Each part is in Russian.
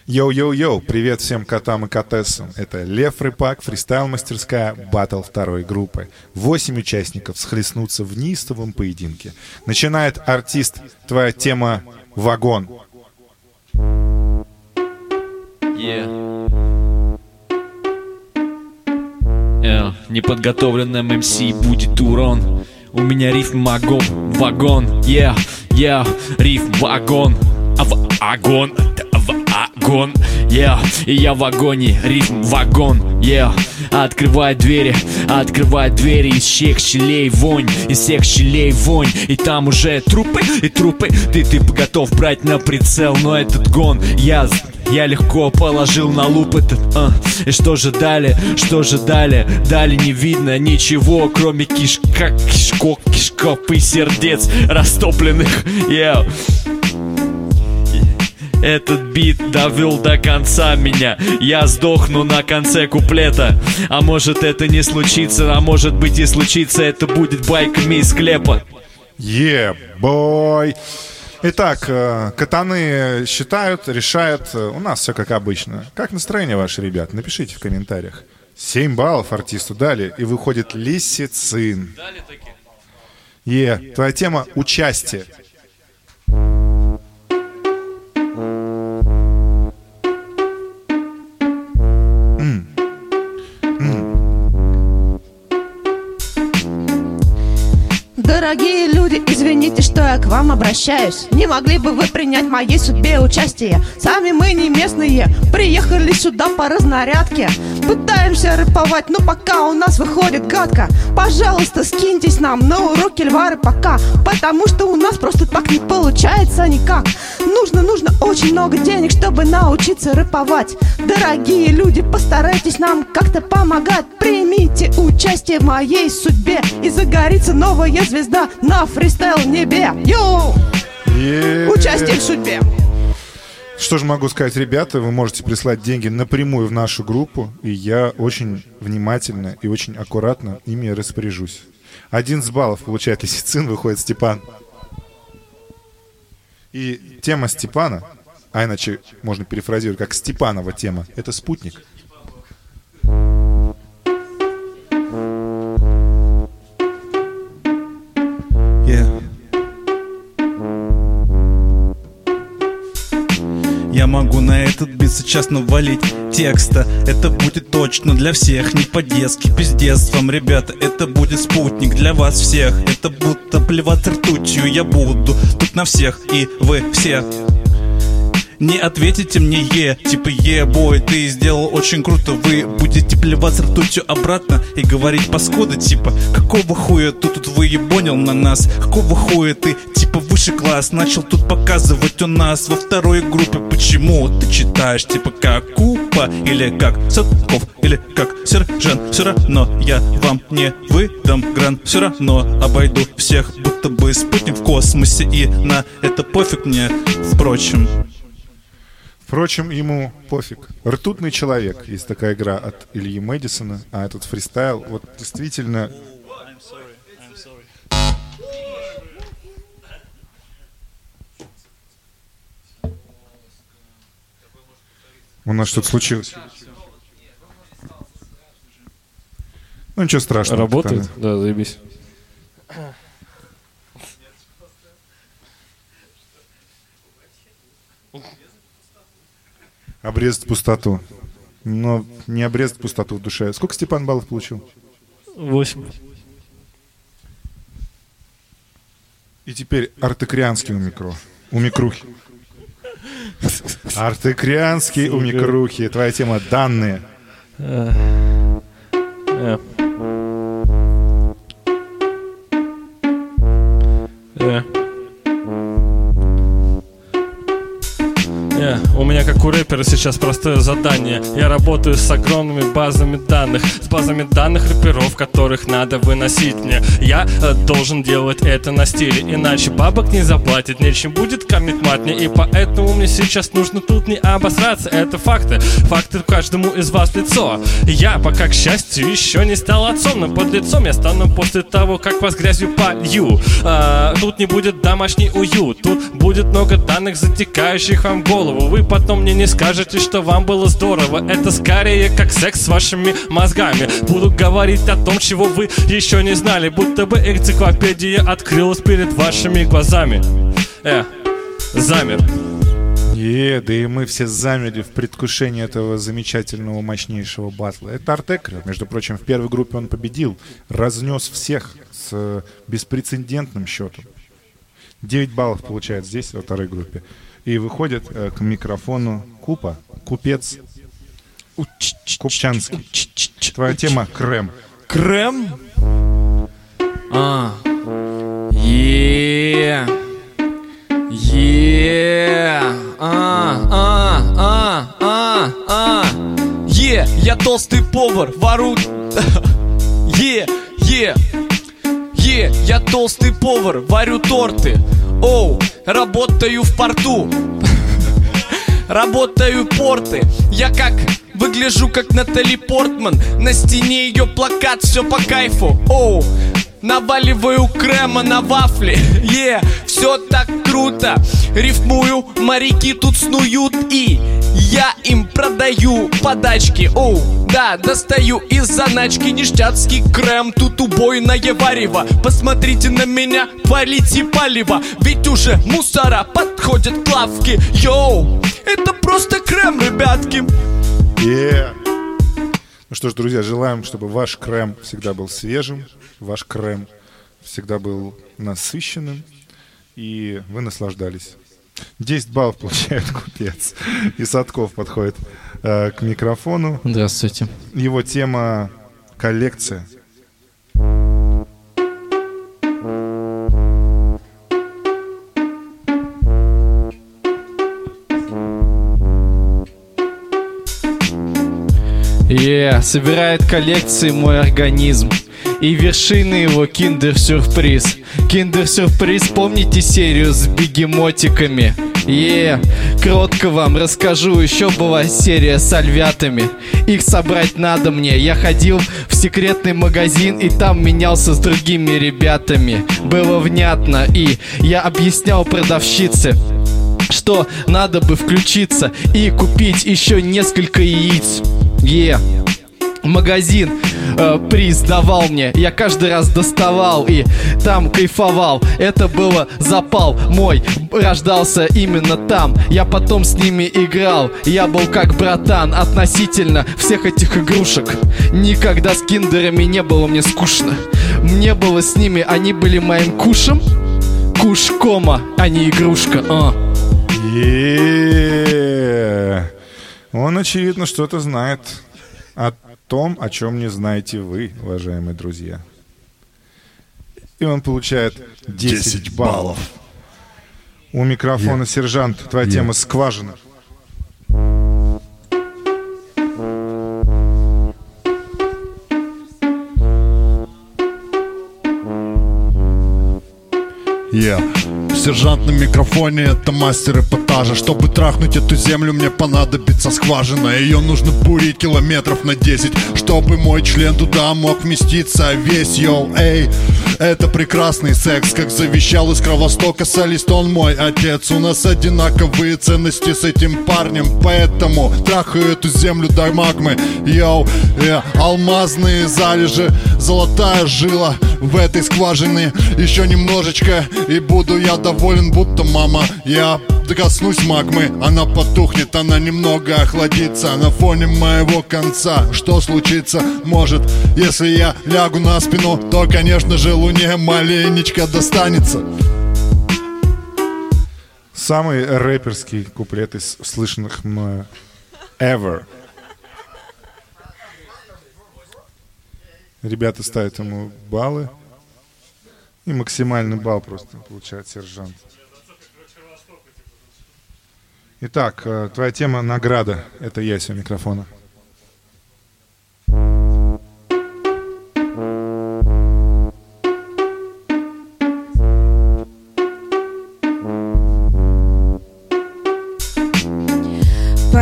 Йоу-йоу-йоу, привет всем котам и котессам. Это Лев Рыпак, фристайл-мастерская, баттл второй группы. 8 участников схлестнутся в неистовом поединке. Начинает артист. Твоя тема «Вагон». Неподготовленным МС будет урон. У меня рифм вагон, рифм вагон, вагон, и я в вагоне, рифм вагон, Открывай двери, из всех щелей вонь, и там уже трупы, ты готов брать на прицел, но этот гон, я легко положил на луп этот, и что же далее, далее не видно ничего, кроме кишков и сердец растопленных, Этот бит довел до конца меня. Я сдохну на конце куплета. А может это не случится, а может быть и случится. Это будет байками из склепа. Бой. Итак, катаны считают, решают. У нас все как обычно. Как настроение ваше, ребят? Напишите в комментариях. 7 баллов артисту дали, и выходит Лисицин. Твоя тема — участие. Дорогие люди, извините, что я к вам обращаюсь. Не могли бы вы принять в моей судьбе участие? Сами мы не местные, приехали сюда по разнарядке. Пытаемся рэповать, но пока у нас выходит гадко. Пожалуйста, скиньтесь нам на уроки Льва Рыпака, потому что у нас просто так не получается никак. Нужно очень много денег, чтобы научиться рэповать. Дорогие люди, постарайтесь нам как-то помогать. Примите участие в моей судьбе, и загорится новая звезда на фристайл небе. Участие в судьбе. Что же могу сказать, ребята, вы можете прислать деньги напрямую в нашу группу, и я очень внимательно и очень аккуратно ими распоряжусь. 11 баллов получает Лисицин, выходит Степан. И тема Степана, а иначе можно перефразировать как Степанова тема, это спутник. Я могу на этот бит сейчас навалить текста. Это будет точно для всех, не по-детски, пиздец вам, ребята. Это будет спутник для вас всех. Это будто плеваться ртутью я буду тут на всех, и вы все не ответите мне типа бой, ты сделал очень круто. Вы будете плеваться ртутью обратно и говорить паскоды, типа какого хуя ты тут выебонил на нас? Какого хуя ты типа выше класс начал тут показывать у нас во второй группе? Почему ты читаешь типа как Купа или как Садков или как Сержант? Все равно я вам не выдам гран, все равно обойду всех, будто бы спутник в космосе, и на это пофиг мне, впрочем, ему пофиг. «Ртутный человек» есть такая игра от Ильи Мэдисона, а этот фристайл, вот действительно... У нас что-то случилось. Ну ничего страшного. Работает? Да, заебись. Обрезать пустоту. Но не обрезать пустоту в душе. Сколько Степан баллов получил? 8. И теперь артекрианский у микрухи. Артекрианский у микрухи. Твоя тема — данные. У меня, как у рэпера, сейчас простое задание. Я работаю с огромными базами данных, с базами данных рэперов, которых надо выносить мне. Я должен делать это на стиле, иначе бабок не заплатит, нечем будет коммитмать мне. И поэтому мне сейчас нужно тут не обосраться. Это факты каждому из вас в лицо. Я пока, к счастью, еще не стал отцом, но под лицом я стану после того, как вас грязью полью. Тут не будет домашний уют, тут будет много данных, затекающих вам в голову. голову. Вы потом мне не скажете, что вам было здорово. Это скорее как секс с вашими мозгами. Буду говорить о том, чего вы еще не знали, будто бы энциклопедия открылась перед вашими глазами. Замер. Да и мы все замерли в предвкушении этого замечательного, мощнейшего батла. Это Артекрил. Между прочим, в первой группе он победил, разнес всех с беспрецедентным счетом. 9 баллов получает здесь, во второй группе. И выходит к микрофону Купец Купчанский. Твоя тема — крем. Крем? Я толстый повар, вору. Я толстый повар, варю торты. Работаю в порту. Работаю порты. Я выгляжу как Натали Портман. На стене ее плакат, все по кайфу. Наваливаю крема на вафли. Все так круто. Рифмую, моряки тут снуют. И я им продаю подачки. Да, достаю из заначки ништяцкий крем. Тут убойное варево. Посмотрите на меня, полите палево. Ведь уже мусора подходят к лавке. Это просто крем, ребятки. Ну что ж, друзья, желаем, чтобы ваш крем всегда был свежим, ваш крем всегда был насыщенным, и вы наслаждались. 10 баллов получает Купец. И Садков подходит к микрофону. Здравствуйте. Его тема — коллекция. Собирает коллекции мой организм. И вершины его киндер-сюрприз. Киндер-сюрприз, помните серию с бегемотиками? Кротко вам расскажу, еще была серия с альвятами. Их собрать надо мне. Я ходил в секретный магазин и там менялся с другими ребятами. Было внятно, и я объяснял продавщице, что надо бы включиться и купить еще несколько яиц. Магазин приз давал мне. Я каждый раз доставал и там кайфовал. Это было запал мой, рождался именно там. Я потом с ними играл. Я был как братан относительно всех этих игрушек. Никогда с киндерами не было мне скучно. Мне было с ними, они были моим кушем. Куш, кома, а не игрушка. Он, очевидно, что-то знает о том, о чем не знаете вы, уважаемые друзья. И он получает 10 баллов. У микрофона сержант. Твоя тема — скважина. Сержант на микрофоне — это мастер эпатажа. Чтобы трахнуть эту землю, мне понадобится скважина. Ее нужно бурить километров на 10, чтобы мой член туда мог вместиться весь. Это прекрасный секс, как завещал из Кровостока солист, он мой отец. У нас одинаковые ценности с этим парнем, поэтому трахаю эту землю до магмы. Алмазные залежи, золотая жила в этой скважине. Еще немножечко и буду я доволен, будто мама. Я коснусь магмы, она потухнет, она немного охладится на фоне моего конца. Что случится? Может, если я лягу на спину, то, конечно же, луне маленечко достанется. Самый рэперский куплет из слышанных мною ever. Ребята ставят ему баллы. И максимальный балл просто получает сержант. Итак, твоя тема — награда. Это Яся у микрофона.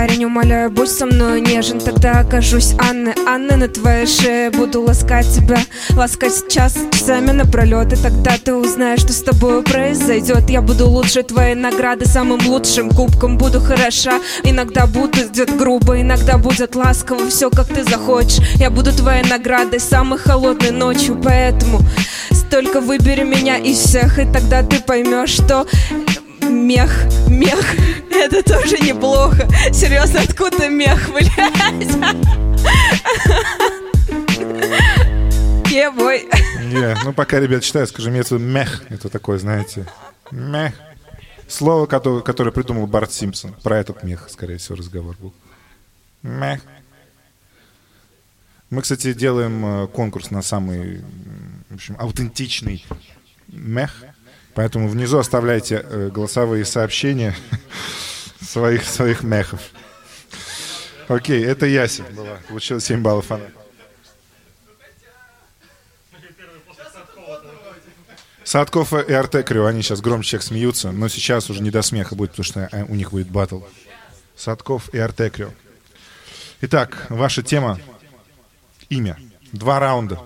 парень, умоляю, будь со мной нежен. Тогда окажусь Анной на твоей шее. Буду ласкать тебя, ласкать часами напролет. И тогда ты узнаешь, что с тобой произойдет. Я буду лучше твоей награды, самым лучшим кубком. Буду хороша, иногда будет грубо, иногда будет ласково. Все, как ты захочешь. Я буду твоей наградой самой холодной ночью. Поэтому только выбери меня из всех, и тогда ты поймешь, что мех, это тоже неплохо. Серьезно, откуда мех, блядь? Бой. Ну, пока ребят читают, скажи, имеется в виду мех. Это такое, знаете, мех. Слово, которое придумал Барт Симпсон. Про этот мех, скорее всего, разговор был. Мех. Мы, кстати, делаем конкурс на самый, в общем, аутентичный мех. Поэтому внизу оставляйте голосовые сообщения своих мехов. Окей, это Яся была. Получила 7 баллов она. Садков и Артекрио, они сейчас громче всех смеются, но сейчас уже не до смеха будет, потому что у них будет баттл. Садков и Артекрио. Итак, ваша тема. Имя. 2 раунда.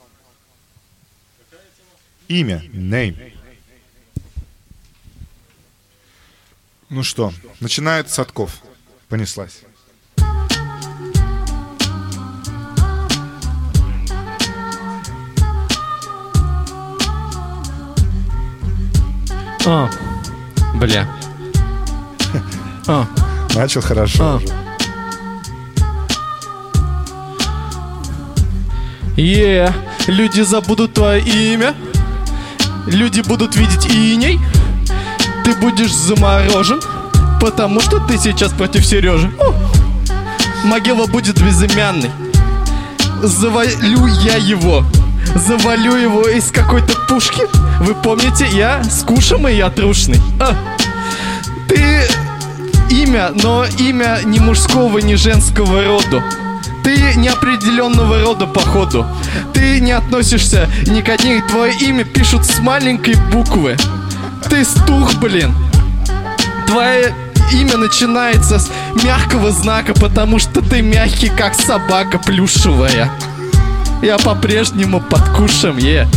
Имя. Name. Ну что, начинает Садков. Понеслась. Бля. Начал хорошо. Люди забудут твое имя. Люди будут видеть иней. Ты будешь заморожен, потому что ты сейчас против Сережи. Могила будет безымянной. Завалю я его. Завалю его из какой-то пушки. Вы помните, я с кушем и я трушный. Ты имя, но имя не мужского, не женского рода. Ты неопределенного рода, походу. Ты не относишься ни к одним. Твое имя пишут с маленькой буквы. Ты стух, блин. Твое имя начинается с мягкого знака, потому что ты мягкий, как собака плюшевая. Я по-прежнему под кушем,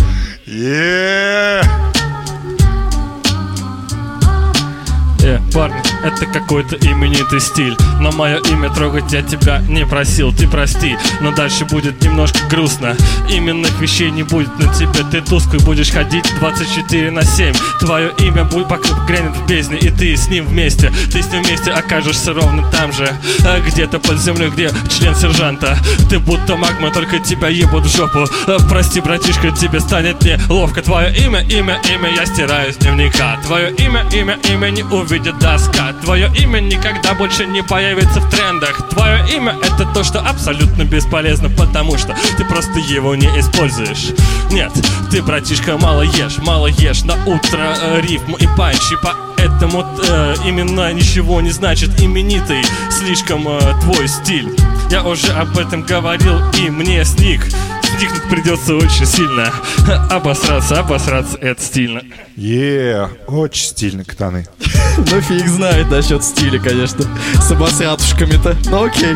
Парни, это какой-то именитый стиль. Но мое имя трогать я тебя не просил. Ты прости, но дальше будет немножко грустно. Именных вещей не будет на тебе. Ты тусклый будешь ходить 24/7. Твое имя будет грянет в бездне, и ты с ним вместе. Ты с ним вместе окажешься ровно там же, где-то под землей, где член сержанта. Ты будто магма, только тебя ебут в жопу. Прости, братишка, тебе станет неловко. Твое имя, я стираю с дневника. Твое имя не увидит доска. Твое имя никогда больше не появится в трендах. Твое имя это то, что абсолютно бесполезно, потому что ты просто его не используешь. Нет, ты, братишка, мало ешь на утро рифму и панчи. Поэтому именно ничего не значит именитый. Слишком твой стиль. Я уже об этом говорил, и мне сникнуть придется очень сильно. Обосраться, это стильно. Очень стильно, Катаны. Ну фиг знает насчет стиля, конечно. С обосратушками-то, ну окей.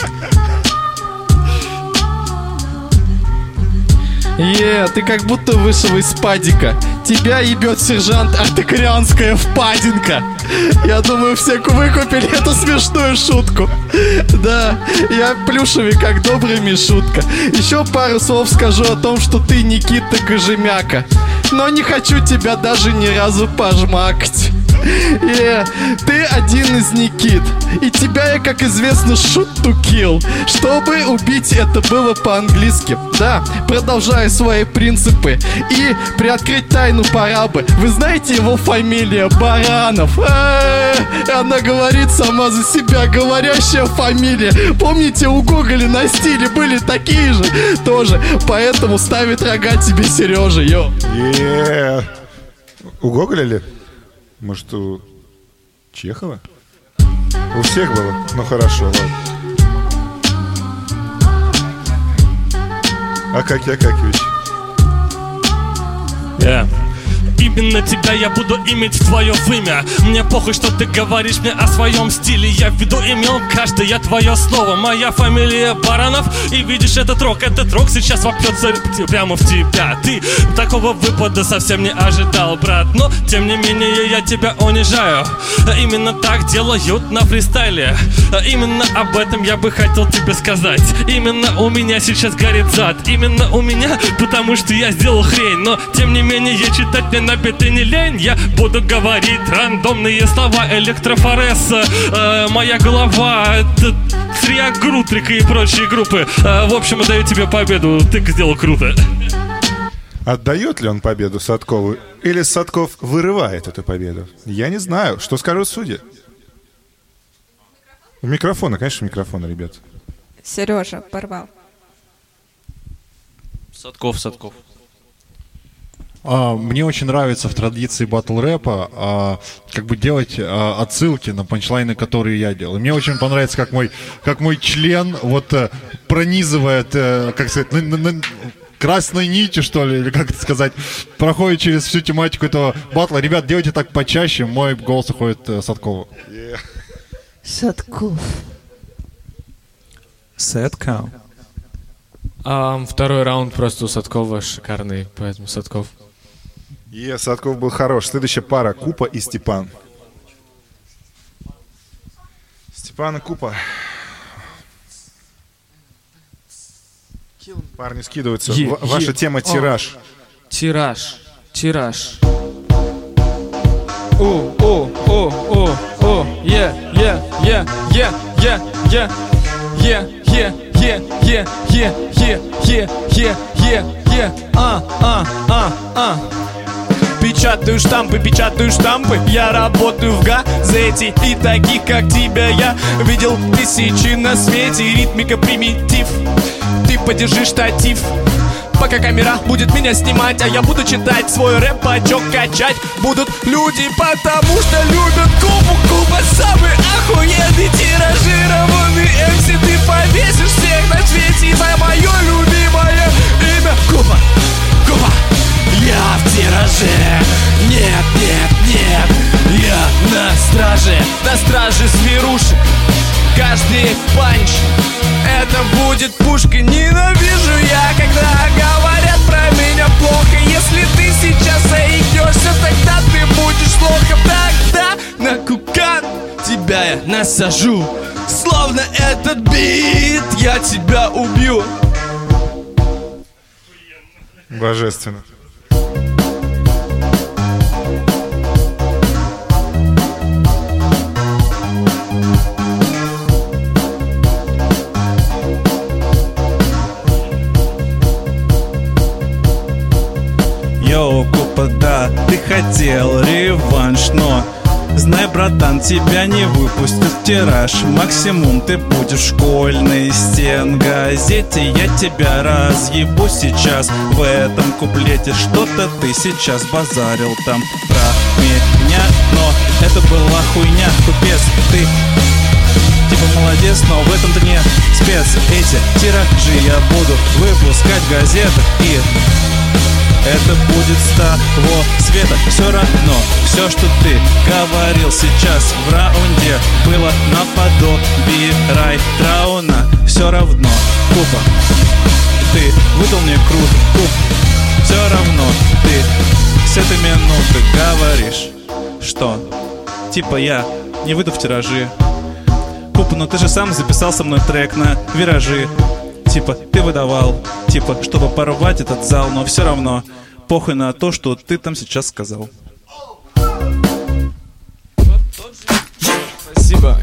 Ты как будто вышел из падика. Тебя ебет сержант Артекрианская впадинка. Я думаю, все выкупили эту смешную шутку. Да, я плюшевый, как добрый Мишутка. Еще пару слов скажу о том, что ты Никита Кожемяка. Но не хочу тебя даже ни разу пожмакать. Ты один из Никит. И тебя я, как известно, shoot to kill. Чтобы убить, это было по-английски. Да, продолжая свои принципы и приоткрыть тайну пора бы. Вы знаете его фамилия? Баранов. Она говорит сама за себя. Говорящая фамилия. Помните, у Гоголя на стиле были такие же тоже. Поэтому ставит рога тебе Сережа, У Гоголя ли? Может, у Чехова? У всех было? Ну хорошо, ладно. Акакий Акакевич. именно тебя я буду иметь в твое вымя. Мне похуй, что ты говоришь мне о своем стиле. Я в виду имел каждое твое слово. Моя фамилия Баранов, и видишь этот рок сейчас вопьется прямо в тебя. Ты такого выпада совсем не ожидал, брат, но тем не менее я тебя унижаю. Именно так делают на фристайле. Именно об этом я бы хотел тебе сказать. Именно у меня сейчас горит зад. Именно у меня, потому что я сделал хрень. Но тем не менее читать мне на биты не лень. Я буду говорить рандомные слова. Электрофорез, моя голова, Триак Грутрик и прочие группы. В общем, даю тебе победу. Ты сделал круто. Отдает ли он победу Садкову, или Садков вырывает эту победу? Я не знаю. Что скажут судьи? Микрофона, конечно, микрофона, ребят. Сережа порвал. Садков. Мне очень нравится в традиции батл-рэпа как бы делать отсылки на панчлайны, которые я делал. И мне очень понравится, как мой член вот пронизывает, как сказать, красной нитью, что ли, или как это сказать, проходит через всю тематику этого батла. Ребят, делайте так почаще, мой голос уходит Садкову. Садков. Садков. Второй раунд просто у Садкова шикарный, поэтому Садков. Садков был хорош. Следующая пара — Купа и Степан. Степан и Купа. Парни скидываются. Ваша тема — тираж. Тираж. Печатаю штампы, я работаю в газете. И таких, как тебя, я видел тысячи на свете. Ритмика примитив, ты подержи штатив, пока камера будет меня снимать, а я буду читать свой рэп, бачок качать будут люди, потому что любят Купу. Купа самый охуенный тиражированный МС. Ты повесишь всех на свете за мое любимое имя. Купа, я в тираже. Нет, я на страже зверушек. Каждый панч — это будет пушка. Ненавижу я, когда говорят про меня плохо. Если ты сейчас заикнешься, тогда ты будешь лохом. Тогда на кукан тебя я насажу. Словно этот бит, я тебя убью. Божественно. Йоу, Купа, да, ты хотел реванш, но знай, братан, тебя не выпустят в тираж. Максимум ты будешь в школьной стенгазете. Я тебя разъебу сейчас в этом куплете. Что-то ты сейчас базарил там про меня, но это была хуйня, купец. Ты типа молодец, но в этом-то не спец. Эти тиражи я буду выпускать в газетах, и это будет с того света. Все равно, все, что ты говорил сейчас в раунде, было наподобие рай-трауна. Все равно, Купа, ты выдал мне круто, Куп. Все равно, ты с этой минуты говоришь, что типа я не выйду в тиражи. Купа, но ты же сам записал со мной трек на виражи. Типа, ты выдавал, типа, чтобы порвать этот зал, но все равно похуй на то, что ты там сейчас сказал. Спасибо.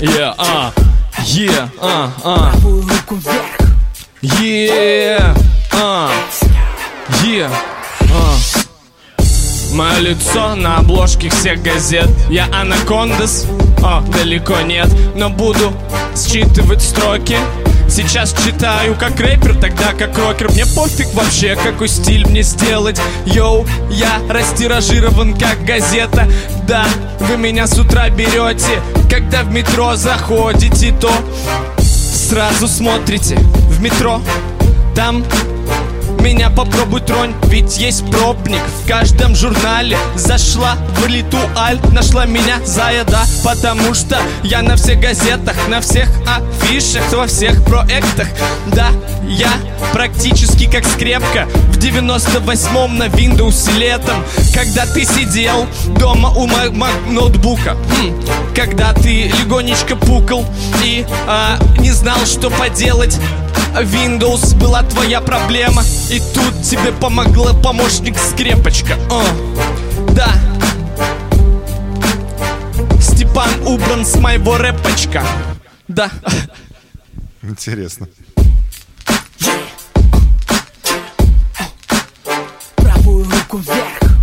Мое лицо на обложке всех газет. Я анакондас, далеко нет, но буду считывать строки. Сейчас читаю как рэпер, тогда как рокер. Мне пофиг вообще, какой стиль мне сделать. Йоу, я растиражирован как газета. Да, вы меня с утра берете. Когда в метро заходите, то сразу смотрите в метро. Там меня попробуй тронь, ведь есть пробник в каждом журнале. Зашла в Литуаль, нашла меня зая, да, потому что я на всех газетах, на всех афишах, во всех проектах. Да, я практически как скрепка в 98-м на Windows летом, когда ты сидел дома у ноутбука, когда ты легонечко пукал и не знал, что поделать. Windows была твоя проблема, и тут тебе помогла помощник-скрепочка. Да, Степан убран с моего рэпочка. Да. Интересно. Правую руку вверх.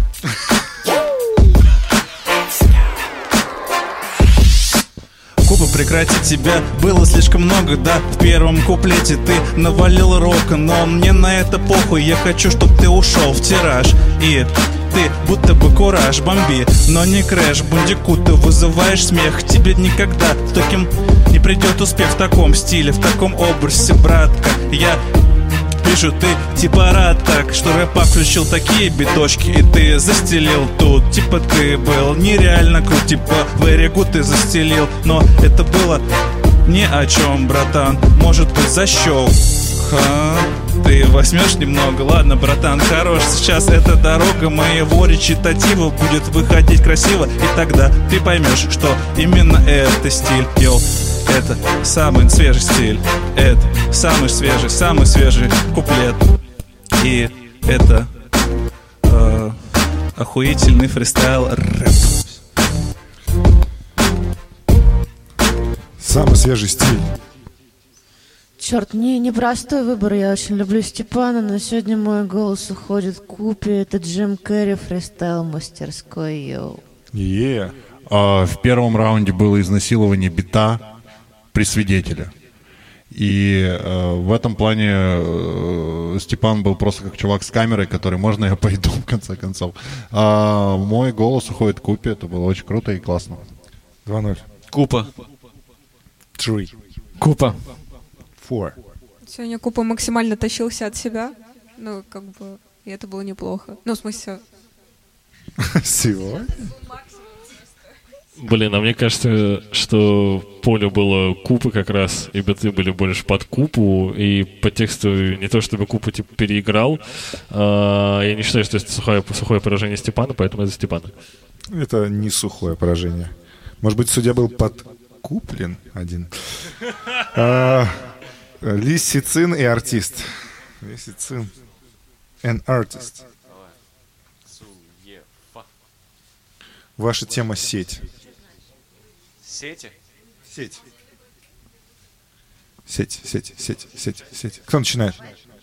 Купа, прекрати, тебя было слишком много, да. В первом куплете ты навалил рока, но мне на это похуй. Я хочу, чтоб ты ушел в тираж. И ты будто бы кураж, бомби, но не крэш. Бандикут, ты вызываешь смех. Тебе никогда с таким не придет успех. В таком стиле, в таком образе, братка. Я вижу, ты типа рад так, что рэпак включил такие биточки, и ты застелил тут. Типа ты был нереально крут, типа very good ты застелил. Но это было ни о чем, братан. Может быть, защел. Ты возьмешь немного, ладно, братан, хорош. Сейчас эта дорога моего речитатива будет выходить красиво, и тогда ты поймешь, что именно это стиль. Йоу, это самый свежий стиль. Это самый свежий куплет. И это охуительный фристайл рэп. Самый свежий стиль. Черт, непростой выбор. Я очень люблю Степана, но сегодня мой голос уходит к Купе. Это Джим Керри, фристайл мастерской, йоу. В первом раунде было изнасилование бита при свидетеле. И в этом плане Степан был просто как чувак с камерой, который можно я пойду в конце концов. Мой голос уходит к Купе. Это было очень круто и классно. 2-0. Купа. 3. Купа. 4. Сегодня Купа максимально тащился от себя. Ну, как бы, и это было неплохо. Ну, в смысле... Всего? Блин, а мне кажется, что поле было Купы как раз, и биты были больше под Купу, и по тексту не то чтобы Купа типа переиграл. Я не считаю, что это сухое поражение Степана, поэтому это за Степана. Это не сухое поражение. Может быть, судья был подкуплен один. Лисицин и артист. Лисицин and artist. Ваша тема — сеть. Сети? Сеть. Сеть. Кто начинает?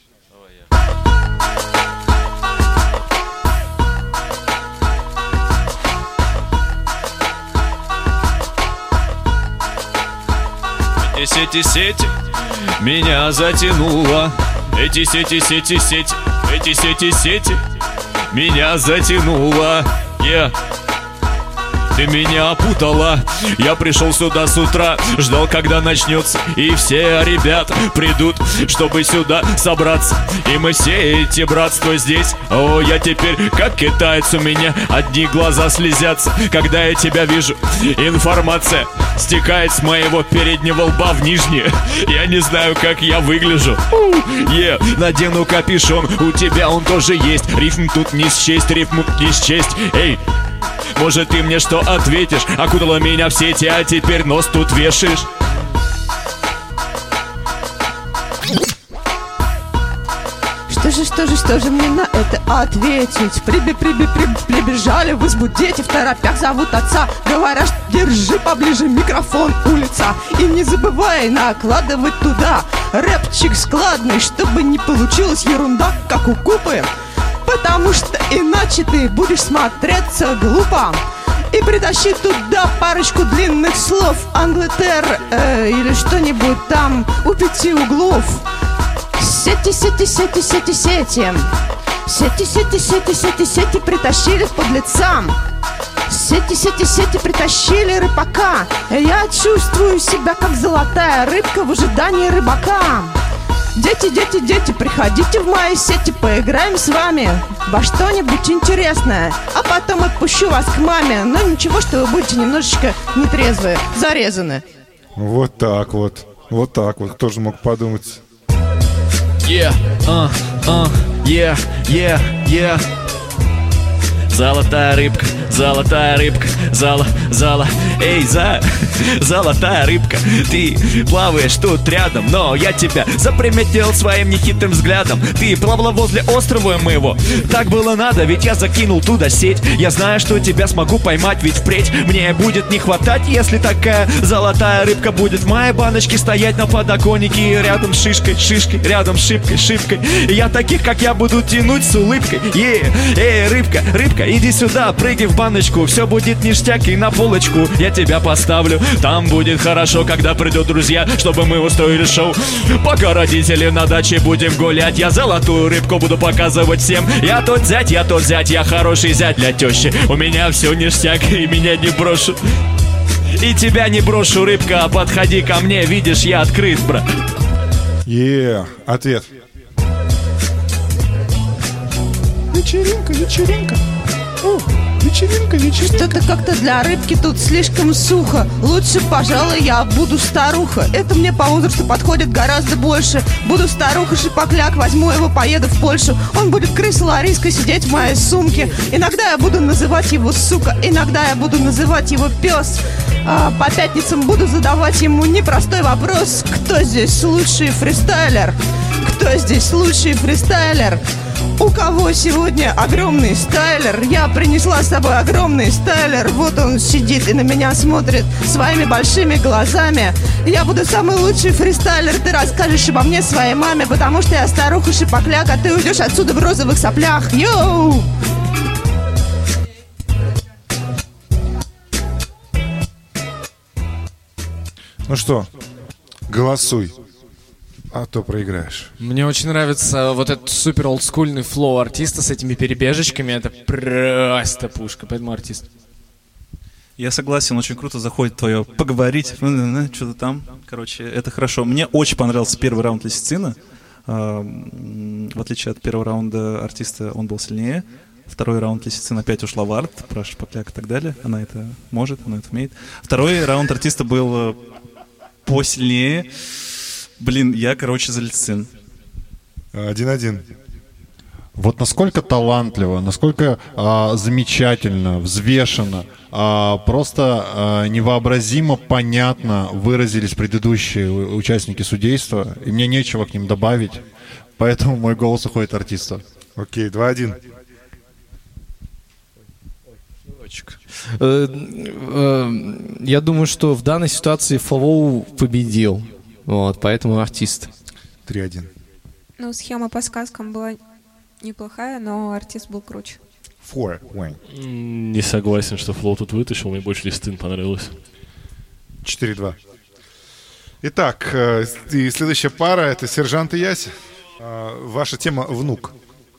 Сети, меня затянуло. Эти сети, меня затянуло. Ты меня опутала. Я пришел сюда с утра, ждал, когда начнется, и все ребята придут, чтобы сюда собраться. И мы все эти братства здесь. О, я теперь как китаец, у меня одни глаза слезятся, когда я тебя вижу. Информация стекает с моего переднего лба в нижний. Я не знаю, как я выгляжу. Надену капюшон, у тебя он тоже есть. Рифм тут не счесть, рифм не счесть. Эй, может, ты мне что ответишь? Окутала меня в сети, а теперь нос тут вешаешь. Что же мне на это ответить? Прибежали возбудите, в торопях зовут отца. Говорят, держи поближе микрофон, улица. И не забывай накладывать туда рэпчик складный, чтобы не получилась ерунда, как у Купы. Потому что иначе ты будешь смотреться глупо. И притащи туда парочку длинных слов, Англетер или что-нибудь там у 5 углов. Сети притащили к подлецам. Сети притащили рыбака. Я чувствую себя как золотая рыбка в ожидании рыбака. Дети, дети, дети, приходите в мои сети, поиграем с вами во что-нибудь интересное, а потом отпущу вас к маме. Но ничего, что вы будете немножечко нетрезвые, зарезаны. Вот так вот. Вот так вот. Кто же мог подумать? Yeah, yeah, yeah, yeah. Золотая рыбка, эй, золотая рыбка, ты плаваешь тут рядом, но я тебя заприметил своим нехитрым взглядом. Ты плавала возле острова моего, так было надо, ведь я закинул туда сеть. Я знаю, что тебя смогу поймать, ведь впредь мне будет не хватать, если такая золотая рыбка будет в моей баночке стоять на подоконнике рядом с шишкой, рядом с шипкой. И я таких, как я, буду тянуть с улыбкой. Эй, рыбка, иди сюда, прыгай в баночку, все будет ништяк, и на полочку я тебя поставлю. Там будет хорошо, когда придут друзья, чтобы мы устроили шоу. Пока родители на даче будем гулять, я золотую рыбку буду показывать всем. Я тот зять, я хороший зять для тещи. У меня все ништяк, и меня не брошу. И тебя не брошу, рыбка, подходи ко мне, видишь, я открыт, брат. Ответ. Вечеринка. Вечеринка. Что-то как-то для рыбки тут слишком сухо. Лучше, пожалуй, я буду старуха. Это мне по возрасту подходит гораздо больше. Буду старуха-шипокляк, возьму его, поеду в Польшу. Он будет крыса Лариска сидеть в моей сумке. Иногда я буду называть его сука, иногда я буду называть его пес. По пятницам буду задавать ему непростой вопрос: кто здесь лучший фристайлер? Кто здесь лучший фристайлер? У кого сегодня огромный стайлер? Я принесла с собой огромный стайлер. Вот он сидит и на меня смотрит своими большими глазами. Я буду самый лучший фристайлер. Ты расскажешь обо мне своей маме, потому что я старуха-шипокляк, а ты уйдешь отсюда в розовых соплях. Йоу! Ну что, голосуй, а то проиграешь. Мне очень нравится вот этот супер олдскульный флоу артиста с этими перебежечками. Это просто пушка, поэтому артист. Я согласен, очень круто заходит твое поговорить, что-то там. Короче, это хорошо. Мне очень понравился первый раунд Лисицына. В отличие от первого раунда артиста, он был сильнее. Второй раунд Лисицына опять ушла в арт, про шипокляк и так далее. Она это может, она это умеет. Второй раунд артиста был посильнее. Блин, я, за Лисицин. 1-1. Вот насколько талантливо, насколько замечательно, взвешенно, просто невообразимо понятно выразились предыдущие участники судейства, и мне нечего к ним добавить, поэтому мой голос уходит артисту. Окей, 2-1. Я думаю, что в данной ситуации Флоу победил, вот, поэтому артист. 3-1. Ну, схема по сказкам была неплохая, но артист был круче. 4-1. Не согласен, что Флоу тут вытащил, мне больше Лисицин понравилось. 4-2. Итак, и следующая пара — это сержант и Яся. Ваша тема — внук.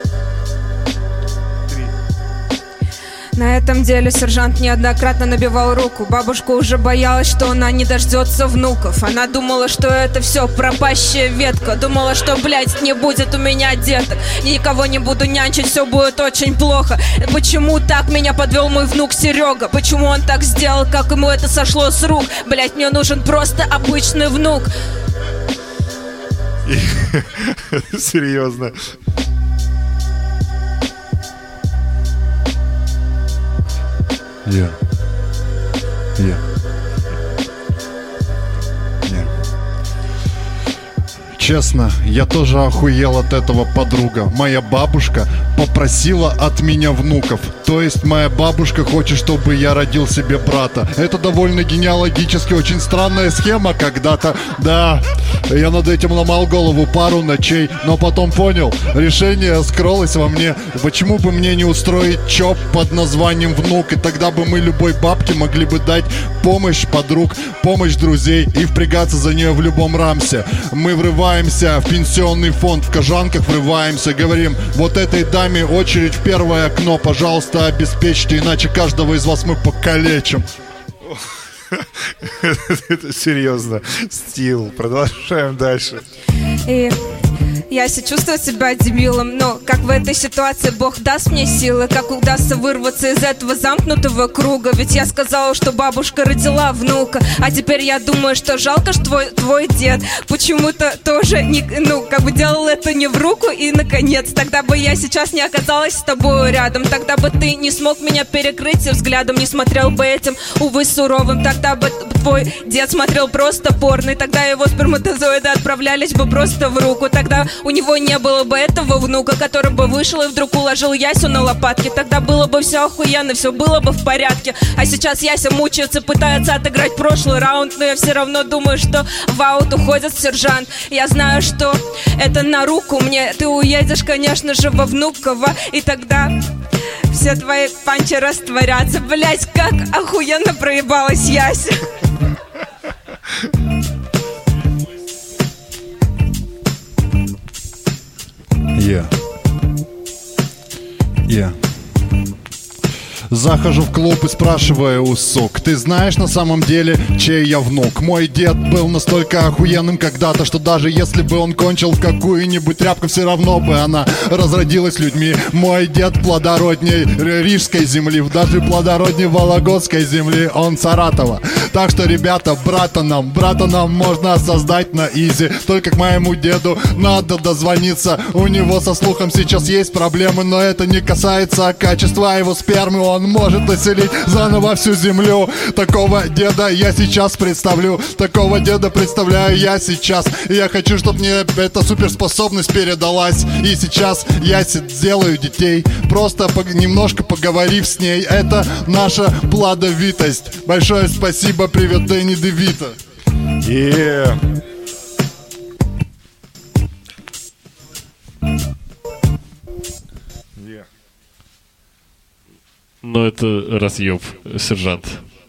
На этом деле сержант неоднократно набивал руку. Бабушка уже боялась, что она не дождется внуков. Она думала, что это все пропащая ветка. Думала, что, блядь, не будет у меня деток. Никого не буду нянчить, все будет очень плохо. Почему так меня подвел мой внук Серега? Почему он так сделал, как ему это сошло с рук? Блядь, мне нужен просто обычный внук. Серьезно. Честно, я тоже охуел от этого, подруга. Моя бабушка попросила от меня внуков. То есть моя бабушка хочет, чтобы я родил себе брата. Это довольно генеалогически очень странная схема когда-то. Да, я над этим ломал голову пару ночей, но потом понял, решение скрылось во мне. Почему бы мне не устроить ЧОП под названием «Внук», и тогда бы мы любой бабке могли бы дать помощь подруг, помощь друзей и впрягаться за нее в любом рамсе. Мы врываемся в пенсионный фонд, в Кожанках врываемся, говорим: вот этой даме очередь в первое окно, пожалуйста, обеспечьте, иначе каждого из вас мы покалечим. Это серьезно. Стил. Продолжаем дальше. И Яся чувствует себя дебилом, но как в этой ситуации Бог даст мне силы, как удастся вырваться из этого замкнутого круга. Ведь я сказала, что бабушка родила внука, а теперь я думаю, что жалко, что твой дед почему-то тоже не, делал это не в руку. И наконец, тогда бы я сейчас не оказалась с тобой рядом, тогда бы ты не смог меня перекрыть взглядом, не смотрел бы этим, увы, суровым. Тогда бы твой дед смотрел просто порно, и тогда его сперматозоиды отправлялись бы просто в руку. Тогда у него не было бы этого внука, который бы вышел и вдруг уложил Ясю на лопатки. Тогда было бы все охуенно, все было бы в порядке. А сейчас Яся мучается, пытается отыграть прошлый раунд, но я все равно думаю, что в аут уходит сержант. Я знаю, что это на руку мне. Ты уедешь, конечно же, во Внуково, и тогда все твои панчи растворятся. Блять, как охуенно проебалась Яся. Захожу в клуб и спрашиваю у сук: ты знаешь на самом деле, чей я внук? Мой дед был настолько охуенным когда-то, что даже если бы он кончил в какую-нибудь тряпку, все равно бы она разродилась людьми. Мой дед плодородней Рижской земли, даже плодородней Вологодской земли, он Саратова. Так что, ребята, брата нам можно создать на изи. Только к моему деду надо дозвониться. У него со слухом сейчас есть проблемы, но это не касается качества его спермы. Он может населить заново всю землю. Такого деда я сейчас представлю. Такого деда представляю я сейчас. И я хочу, чтобы мне эта суперспособность передалась. И сейчас я сделаю детей, просто немножко поговорив с ней. Это наша плодовитость. Большое спасибо, привет, Дэнни Девито. Но это разъеб, сержант.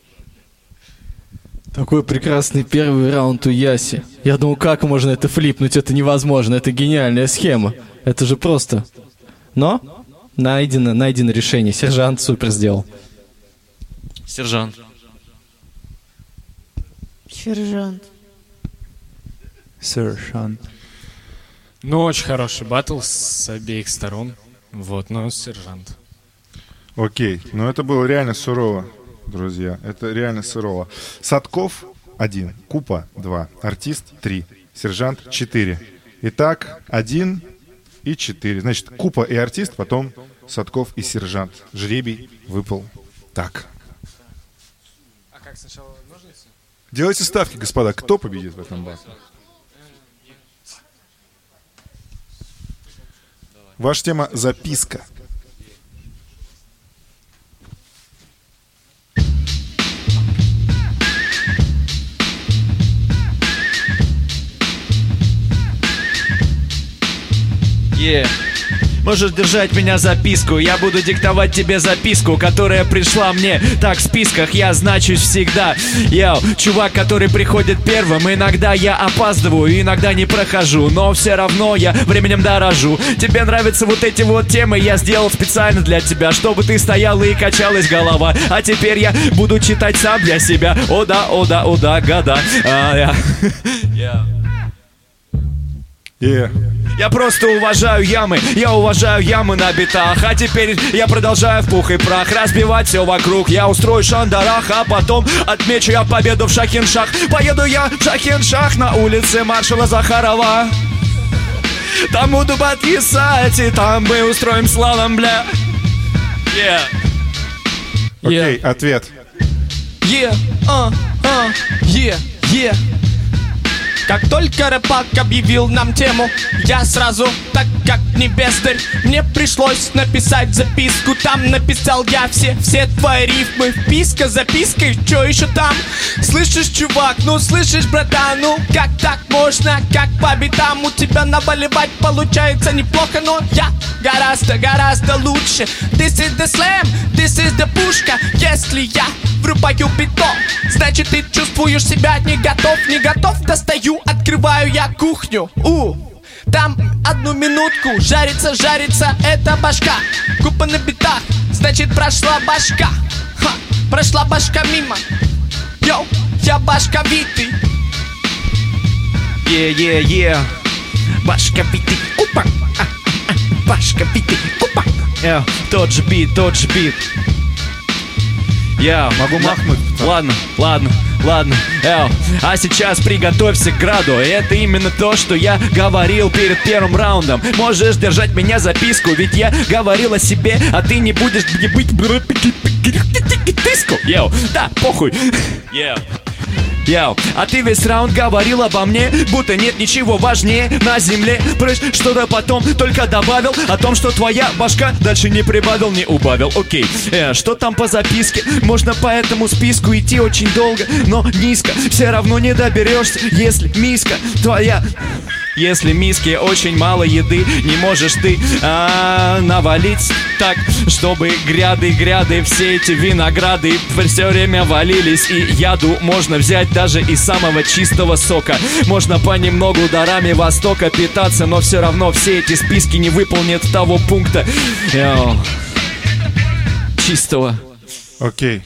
Такой прекрасный первый раунд у Яси. Я думал, как можно это флипнуть? Это невозможно, это гениальная схема. Это же просто. Но найдено решение. Сержант супер сделал. Сержант. Ну, очень хороший баттл с обеих сторон. Вот, но сержант. Окей, но это было реально сурово, друзья. Это реально сурово. Садков 1, Купа 2, Артист 3, Сержант 4. Итак, 1 и 4. Значит, Купа и Артист, потом Садков и Сержант. Жребий выпал так. А как сначала ножницы? Делайте ставки, господа. Кто победит в этом батле? Ваша тема — записка. Можешь держать меня записку, я буду диктовать тебе записку, которая пришла мне. Так в списках я значусь всегда. Йоу, чувак, который приходит первым. Иногда я опаздываю, иногда не прохожу, но все равно я временем дорожу. Тебе нравятся вот эти вот темы, я сделал специально для тебя, чтобы ты стояла и качалась голова. А теперь я буду читать сам для себя. О да, года. Я просто уважаю ямы, я уважаю ямы на битах. А теперь я продолжаю в пух и прах разбивать все вокруг. Я устрою шандарах, а потом отмечу я победу в Шахиншах. Поеду я в Шахиншах на улице маршала Захарова. Там буду подвисать, и там мы устроим слалом, бля. Окей, ответ. Как только рэпак объявил нам тему, я сразу, так как не бездарь, мне пришлось написать записку. Там написал я все твои рифмы. Вписка, записка, чё еще там? Слышишь, чувак, ну слышишь, братан, ну как так можно, как по битам? У тебя наваливать получается неплохо, но я гораздо лучше. This is the slam, this is the пушка. Если я врубаю битон, значит ты чувствуешь себя не готов, достаю, открываю я кухню. Там 1 минутку, жарится эта башка. Купа на битах, значит прошла башка. Прошла башка мимо. Я башковитый. Башка биты, купа. Башка биты, купа. Тот же бит. Могу махнуть. Ладно, а сейчас приготовься к граду. Это именно то, что я говорил перед первым раундом. Можешь держать меня записку, ведь я говорил о себе, а ты не будешь быть тыску. Да, похуй. А ты весь раунд говорил обо мне, будто нет ничего важнее на земле. Прыж, что-то потом только добавил о том, что твоя башка дальше не прибавил, не убавил. Окей, что там по записке? Можно по этому списку идти очень долго, но низко. Все равно не доберешься, если миска твоя. Если в миске очень мало еды, не можешь ты навалить так, чтобы гряды, все эти винограды все время валились. И яду можно взять даже из самого чистого сока. Можно понемногу дарами Востока питаться, но все равно все эти списки не выполнят того пункта чистого. Окей.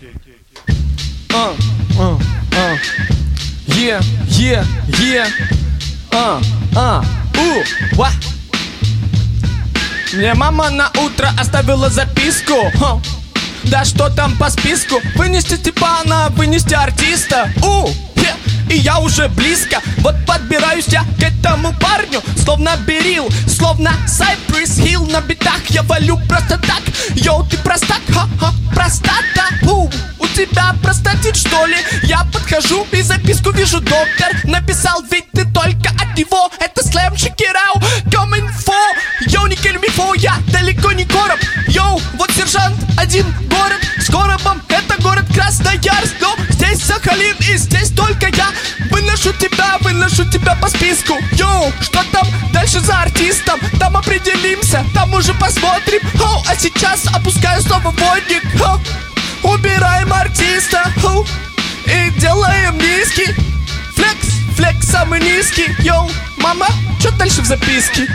Мне мама на утро оставила записку. Да что там по списку? Вынести Степана, вынести артиста. И я уже близко. Вот подбираюсь я к этому парню, словно берил, словно Cypress Hill. На битах я валю просто так. Йоу, ты простак, ха-ха, простата. У тебя простатит, что ли? Я подхожу и записку вижу, доктор написал, ведь ты только от него. Это слэм, check it out, coming for. Йоу, не kill me for, я далеко не короб. Йоу, вот сержант, один город с коробом. Это город Красноярск, но здесь Сахалин и здесь только я. Выношу тебя по списку. Йоу, что там дальше за артистом? Там определимся, там уже посмотрим. А сейчас опускаю снова водник. Убираем артиста и делаем низкий. Флекс самый низкий. Йоу, мама, что дальше в записке?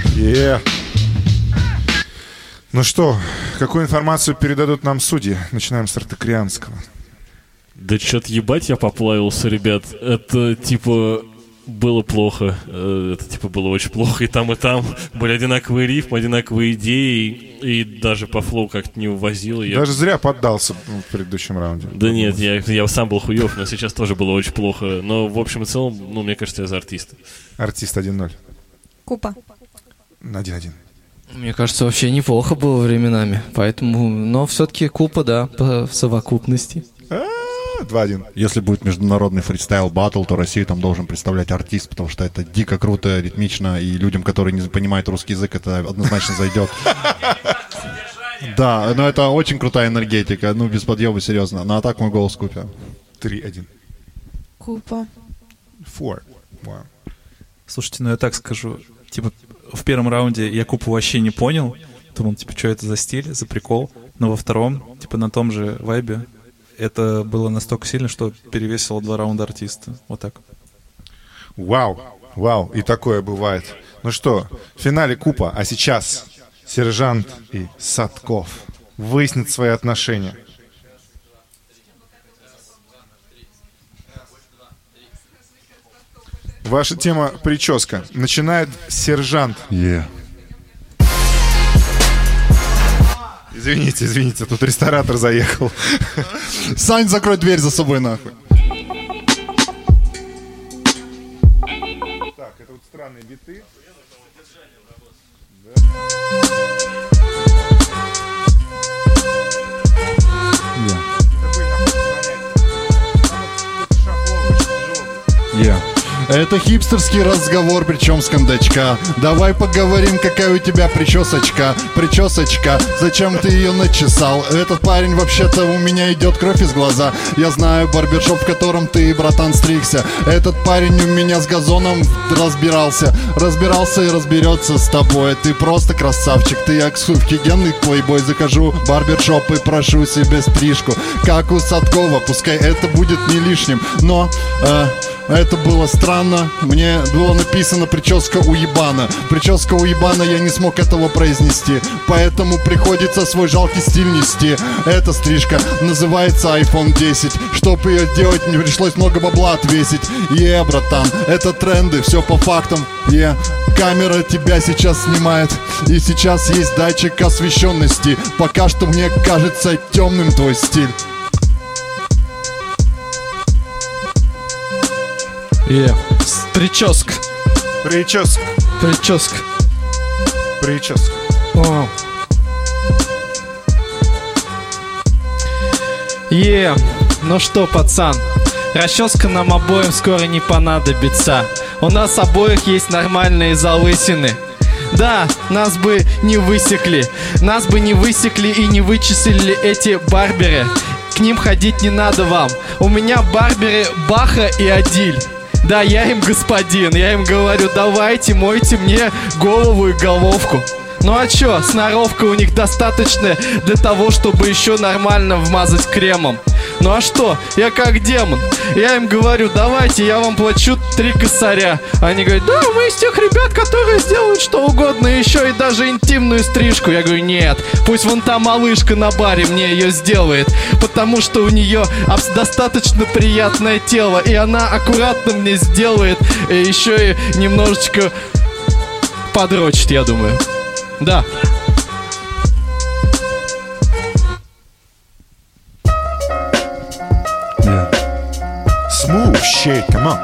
Ну что, какую информацию передадут нам судьи? Начинаем с Артакрианского. Да чё-то ебать я поплавился, ребят. Это типа было плохо. Это типа было очень плохо. И там были одинаковые рифмы, одинаковые идеи. И даже по флоу как-то не увозил. Даже зря поддался в предыдущем раунде. Да нет, я сам был хуёв, но сейчас тоже было очень плохо. Но в общем и целом, мне кажется, я за артиста. Артист 1-0. Купа. 1-1. Мне кажется, вообще неплохо было временами. Поэтому, но все-таки Купа, да, по совокупности. 2-1. Если будет международный фристайл баттл, то Россию там должен представлять артист, потому что это дико круто, ритмично, и людям, которые не понимают русский язык, это однозначно зайдет. Да, но это очень крутая энергетика, без подъема, серьезно. А так мой голос Купе. 3-1. Купа. 4. Слушайте, я так скажу, типа в первом раунде я Купу вообще не понял, думал, типа, что это за стиль, за прикол, но во втором, типа, на том же вайбе, это было настолько сильно, что перевесило 2 раунда артиста. Вот так. Вау, и такое бывает. Ну что, в финале Купа, а сейчас Сержант и Садков выяснят свои отношения. Ваша тема — прическа. Начинает Сержант. Извините, тут ресторатор заехал. Сань, закрой дверь за собой нахуй. Так, это вот странные биты. Это хипстерский разговор, причем с кондачка. Давай поговорим, какая у тебя причесочка. Причесочка, зачем ты ее начесал? Этот парень, вообще-то, у меня идет кровь из глаза. Я знаю барбершоп, в котором ты, братан, стригся. Этот парень у меня с газоном разбирался и разберется с тобой. Ты просто красавчик, ты офигенный плейбой. Захожу в барбершоп и прошу себе стрижку, как у Садкова. Пускай это будет не лишним, но Это было странно. Мне было написано прическа уебана. Прическа уебана, я не смог этого произнести. Поэтому приходится свой жалкий стиль нести. Эта стрижка называется iPhone 10. Чтоб ее делать, не пришлось много бабла отвесить. Братан, это тренды, все по фактам. Камера тебя сейчас снимает. И сейчас есть датчик освещенности. Пока что мне кажется темным твой стиль. Прическа. Прическа. Прическа. Прическа. О. Ну что, пацан, расческа нам обоим скоро не понадобится. У нас обоих есть нормальные залысины. Да, нас бы не высекли. Нас бы не высекли и не вычислили эти барберы. К ним ходить не надо вам. У меня барберы Баха и Адиль. Да, я им господин. Я им говорю, давайте мойте мне голову и головку. Ну а чё, сноровка у них достаточная для того, чтобы еще нормально вмазать кремом. Ну а что, я как демон. Я им говорю, давайте, я вам плачу 3 косаря. Они говорят, да, мы из тех ребят, которые сделают что угодно, еще и даже интимную стрижку. Я говорю, нет, пусть вон та малышка на баре мне ее сделает, потому что у нее достаточно приятное тело, и она аккуратно мне сделает, и еще и немножечко подрочит, я думаю. Да. Smooth shit, come on.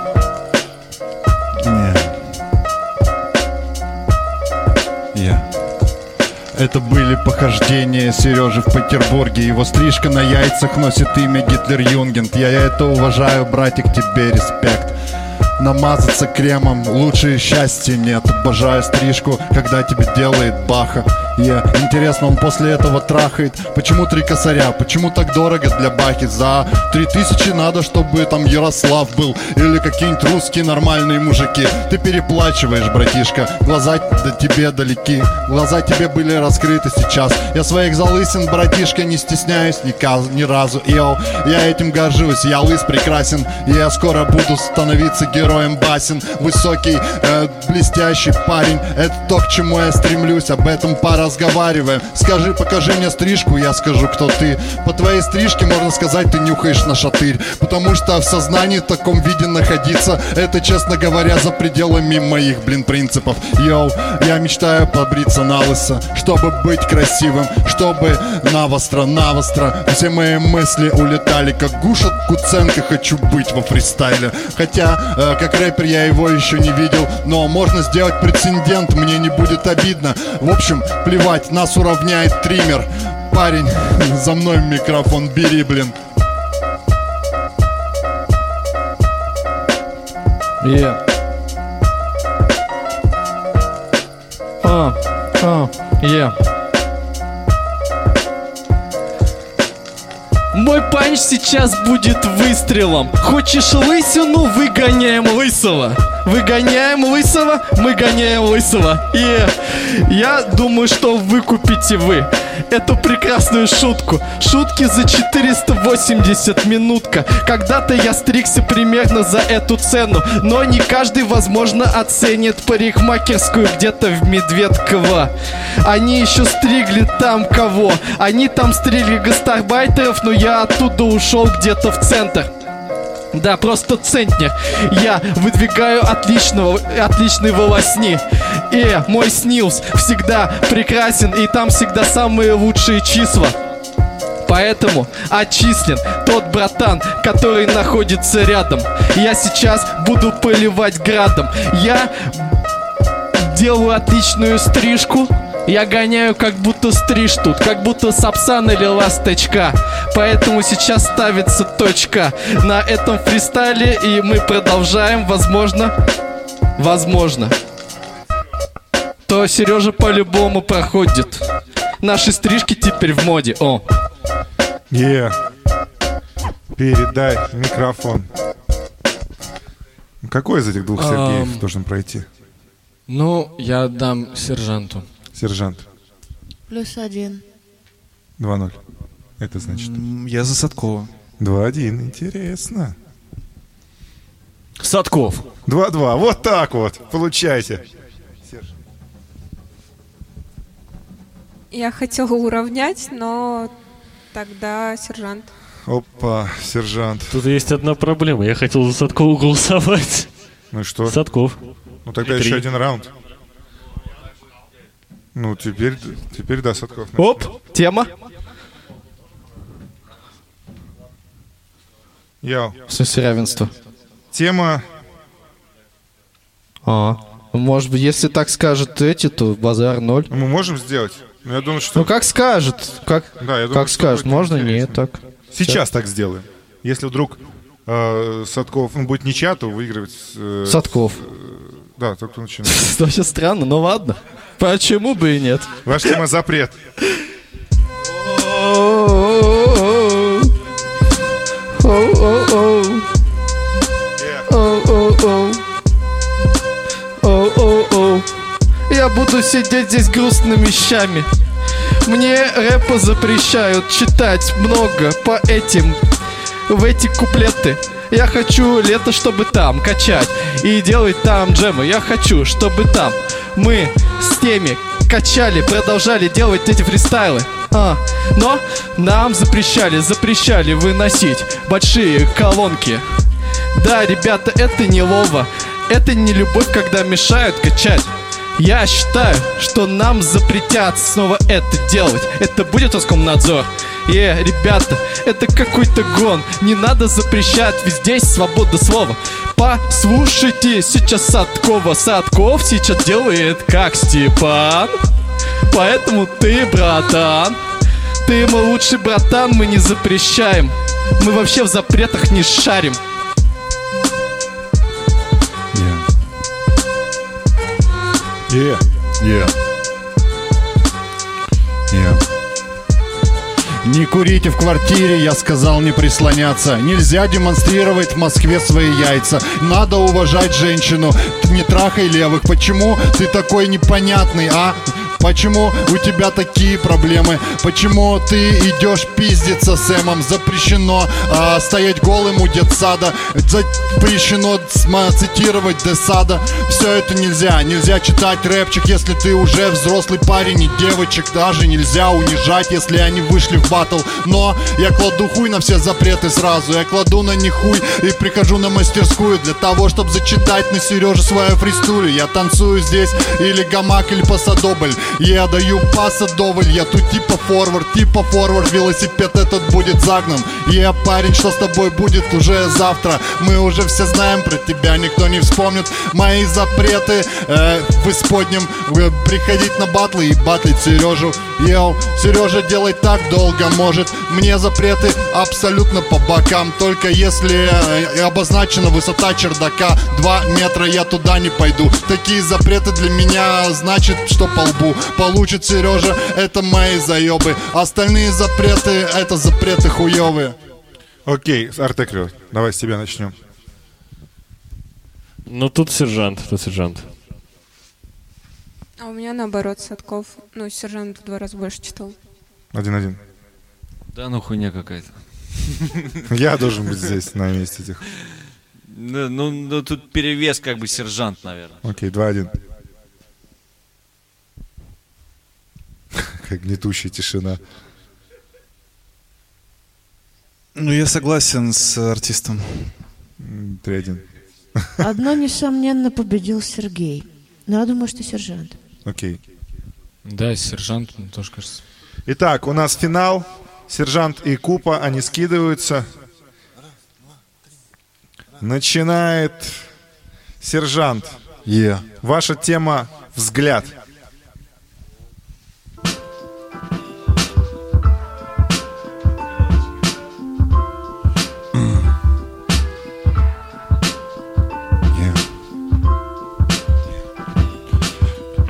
Это были похождения Сережи в Петербурге. Его стрижка на яйцах носит имя Гитлер-Юнгент. Я это уважаю, братик, тебе респект. Намазаться кремом лучше счастья нет. Обожаю стрижку, когда тебе делает Баха. Интересно, он после этого трахает. Почему 3 косаря? Почему так дорого для Бахи? За 3000 надо, чтобы там Ярослав был. Или какие-нибудь русские нормальные мужики. Ты переплачиваешь, братишка. Глаза до тебе далеки. Глаза тебе были раскрыты сейчас. Я своих залысин, братишка, не стесняюсь ни разу. Я этим горжусь. Я лыс прекрасен. Я скоро буду становиться героем басен. Высокий, блестящий парень. Это то, к чему я стремлюсь. Об этом пора разговариваем. Скажи, покажи мне стрижку, я скажу, кто ты. По твоей стрижке, можно сказать, ты нюхаешь на шатырь. Потому что в сознании в таком виде находиться, это, честно говоря, за пределами моих, принципов. Я мечтаю побриться на лысо, чтобы быть красивым, чтобы навостро. Все мои мысли улетали, как Гуша Куценко, хочу быть во фристайле. Хотя, как рэпер я его еще не видел, но можно сделать прецедент, мне не будет обидно. В общем, плевать, нас уравняет триммер. Парень, за мной микрофон бери, Мой панч сейчас будет выстрелом. Хочешь лысину? Выгоняем лысого. Выгоняем лысого, мы гоняем лысого. И я думаю, что выкупите вы эту прекрасную шутку. Шутки за 480 минутка. Когда-то я стригся примерно за эту цену, но не каждый, возможно, оценит парикмахерскую где-то в Медведково. Они еще стригли там кого? Они там стригли гастарбайтеров, но я оттуда ушел где-то в центр. Да, просто центнер. Я выдвигаю отличный волосни. И мой снилс всегда прекрасен, и там всегда самые лучшие числа. Поэтому отчислен тот братан, который находится рядом. Я сейчас буду поливать градом. Я делаю отличную стрижку. Я гоняю, как будто стриж тут, как будто Сапсан или Ласточка. Поэтому сейчас ставится точка на этом фристайле, и мы продолжаем, возможно, то Сережа по-любому проходит. Наши стрижки теперь в моде. Передай микрофон. Какой из этих двух Сергеев должен пройти? Ну, я дам сержанту. Сержант. +1. 2-0. Это значит? Я за Садкова. 2-1. Интересно. Садков. 2-2. Вот так вот. Получайте. Я хотела уравнять, но тогда сержант. Опа, сержант. Тут есть одна проблема. Я хотел за Садкова голосовать. Ну и что? Садков. Ну тогда еще один раунд. Ну, теперь да, Садков. Оп, тема. Яу. В смысле равенства. Тема... Может быть, если так скажут эти, то базар 0. Мы можем сделать? Ну, я думаю, что... Ну, как скажет. Как, да, я думаю, как скажет. Можно? Нет, так. Сейчас так сделаем. Если вдруг Садков будет ничья, то выигрывать... Садков. Да, только начинает. Это вообще странно, но ладно. Почему бы и нет? Ваша тема запрет. Я буду сидеть здесь грустными щами. Мне рэпа запрещают читать много по этим, в эти куплеты. Я хочу лето, чтобы там качать и делать там джемы. Я хочу, чтобы там мы с теми качали, продолжали делать эти фристайлы. Но нам запрещали выносить большие колонки. Да, ребята, это не лова, это не любовь, когда мешают качать. Я считаю, что нам запретят снова это делать. Это будет Роскомнадзор. Ребята, это какой-то гон. Не надо запрещать, ведь здесь свобода слова. Послушайте сейчас Садкова. Садков сейчас делает как Степан. Поэтому ты, братан, ты мой лучший братан. Мы не запрещаем, мы вообще в запретах не шарим. Не курите в квартире, я сказал не прислоняться. Нельзя демонстрировать в Москве свои яйца. Надо уважать женщину, не трахай левых. Почему ты такой непонятный, а? Почему у тебя такие проблемы? Почему ты идешь пиздиться с Эмом? Запрещено стоять голым у детсада. Запрещено цитировать Десада. Все это нельзя. Нельзя читать рэпчик, если ты уже взрослый парень. И девочек даже нельзя унижать, если они вышли в баттл. Но я кладу хуй на все запреты сразу. Я кладу на них хуй и прихожу на мастерскую для того, чтобы зачитать на Сереже свою фристулю. Я танцую здесь или гамак, или пасадобль. Я даю пасадобль, я тут типа форвард, велосипед этот будет загнан. Парень, что с тобой будет уже завтра? Мы уже все знаем про тебя, никто не вспомнит мои запреты в исподнем. Приходить на батлы и батлить Сережу. Сережа делать так долго может. Мне запреты абсолютно по бокам. Только если обозначена высота чердака 2 метра, я туда не пойду. Такие запреты для меня значит, что по лбу получит Сережа. Это мои заебы. Остальные запреты, это запреты хуёвые. Окей, Артекрио, давай с тебя начнем. Ну тут сержант. А у меня наоборот, Садков. Ну, сержант в 2 раза больше читал. 1-1. Да ну хуйня какая-то. Я должен быть здесь на месте этих. Ну тут перевес как бы сержант, наверное. Окей, 2-1. Как гнетущая тишина. Ну, я согласен с артистом. 3-1. Одно, несомненно, победил Сергей. Но я думаю, что сержант. Окей. Да, сержант, тоже кажется. Итак, у нас финал. Сержант и Купа, они скидываются. Начинает сержант. Ваша тема «Взгляд».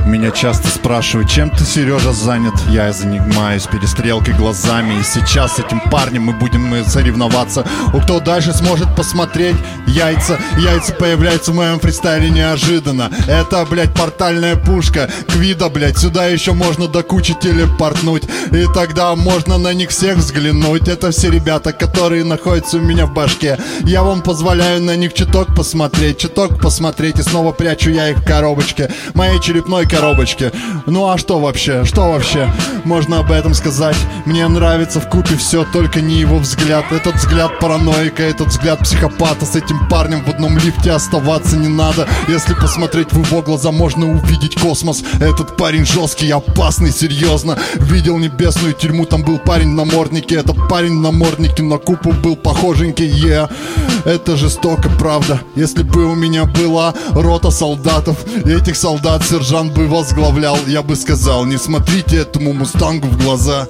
Меня часто спрашивают, чем ты, Сережа, занят? Я занимаюсь перестрелкой глазами. И сейчас с этим парнем мы будем соревноваться. Кто дальше сможет посмотреть яйца? Яйца появляются в моем фристайле неожиданно. Это, блядь, портальная пушка Квида, блядь, сюда еще можно до кучи телепортнуть. И тогда можно на них всех взглянуть. Это все ребята, которые находятся у меня в башке. Я вам позволяю на них чуток посмотреть. И снова прячу я их в коробочке, моей черепной коробочке. Ну а что вообще? Можно об этом сказать? Мне нравится в купе все, только не его взгляд. Этот взгляд параноика, этот взгляд психопата. С этим парнем в одном лифте оставаться не надо. Если посмотреть в его глаза, можно увидеть космос. Этот парень жесткий, опасный, серьезно. Видел небесную тюрьму, там был парень в наморднике. Этот парень в наморднике на купу был похоженький, Это жестоко, правда. Если бы у меня была рота солдатов, этих солдат сержант бы возглавлял, я бы сказал: не смотрите этому мустангу в глаза.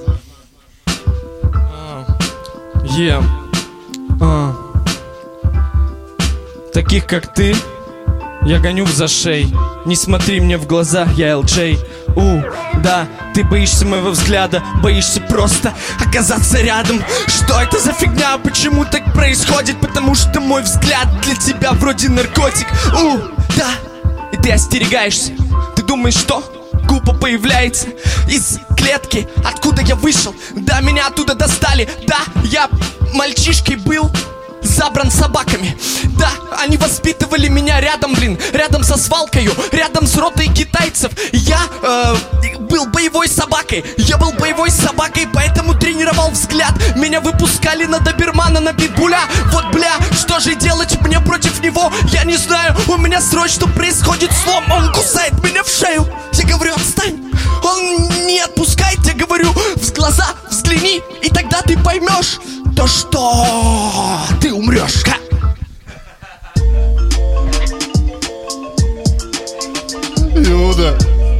Таких как ты я гоню в зашей. Не смотри мне в глаза, я LJ. Да, ты боишься моего взгляда, боишься просто оказаться рядом. Что это за фигня? Почему так происходит? Потому что мой взгляд для тебя вроде наркотик. Да, и ты остерегаешься. Ты думаешь, что Купа появляется из клетки, откуда я вышел. Да, меня оттуда достали. Да, я мальчишкой был забран собаками. Да, они воспитывали меня рядом, рядом со свалкою, рядом с ротой китайцев. Я был боевой собакой. Поэтому тренировал взгляд. Меня выпускали на добермана, на питбуля. Вот, бля, что же делать мне против него? Я не знаю, у меня срочно происходит слом. Он кусает меня в шею. Я говорю: отстань. Он не отпускает. Я говорю: в глаза взгляни, и тогда ты поймешь то, что ты умрешь. Иуда.